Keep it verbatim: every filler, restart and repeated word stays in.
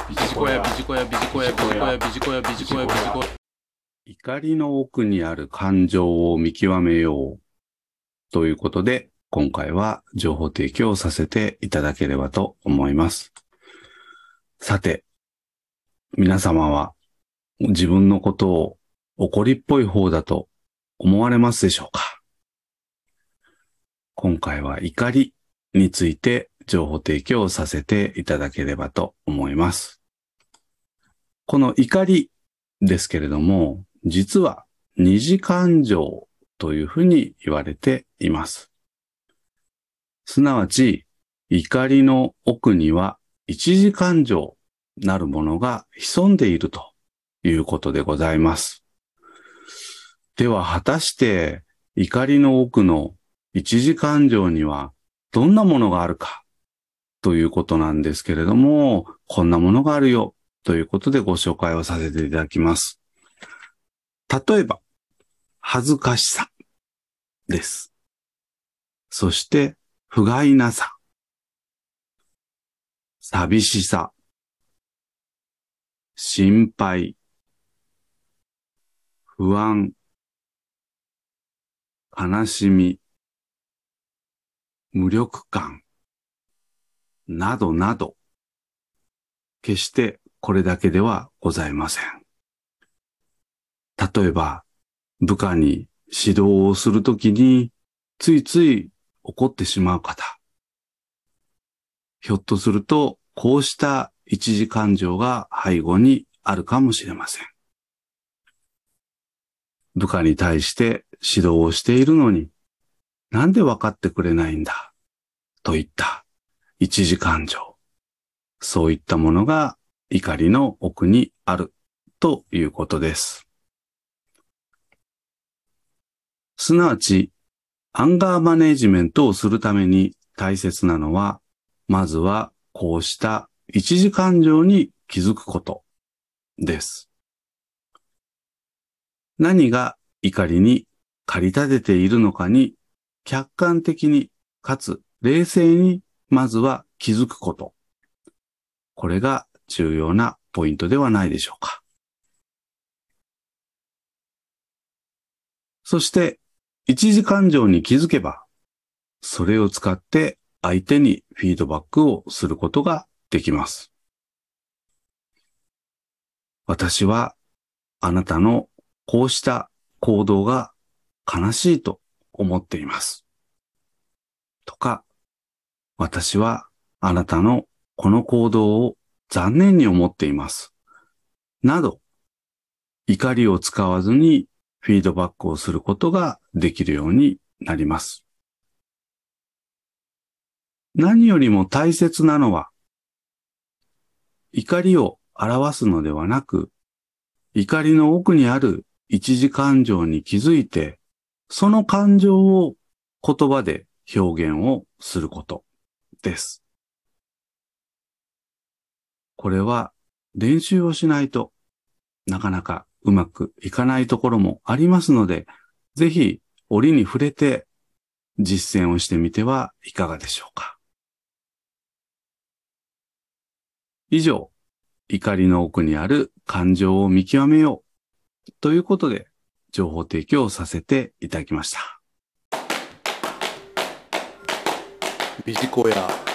ビジコヤビジコヤビジコヤビジコヤビジコヤビジコヤビジコヤ。 怒りの奥にある感情を見極めようということで、今回は情報提供させていただければと思います。さて、皆様は自分のことを怒りっぽい方だと思われますでしょうか？今回は怒りについて情報提供させていただければと思います。この怒りですけれども、実は二次感情というふうに言われています。すなわち、怒りの奥には一次感情なるものが潜んでいるということでございます。では果たして怒りの奥の一次感情にはどんなものがあるかということなんですけれども、こんなものがあるよということでご紹介をさせていただきます。例えば、恥ずかしさです。そして、不甲斐なさ、寂しさ、心配、不安、悲しみ、無力感、などなど、決してこれだけではございません。例えば、部下に指導をするときに、ついつい怒ってしまう方。ひょっとすると、こうした一次感情が背後にあるかもしれません。部下に対して指導をしているのに、なんで分かってくれないんだ、といった一次感情。そういったものが怒りの奥にあるということです。すなわち、アンガーマネジメントをするために大切なのは、まずはこうした一次感情に気づくことです。何が怒りに駆り立てているのかに客観的にかつ冷静にまずは気づくこと。これが重要なポイントではないでしょうか。そして一次感情に気づけば、それを使って相手にフィードバックをすることができます。私はあなたのこうした行動が悲しいと思っています。とか、私はあなたのこの行動を残念に思っています。など、怒りを使わずにフィードバックをすることができるようになります。何よりも大切なのは、怒りを表すのではなく、怒りの奥にある一次感情に気づいて、その感情を言葉で表現をすることです。これは練習をしないとなかなかうまくいかないところもありますので、ぜひ折に触れて実践をしてみてはいかがでしょうか。以上、怒りの奥にある感情を見極めようということで情報提供させていただきました。 ビジコヤ。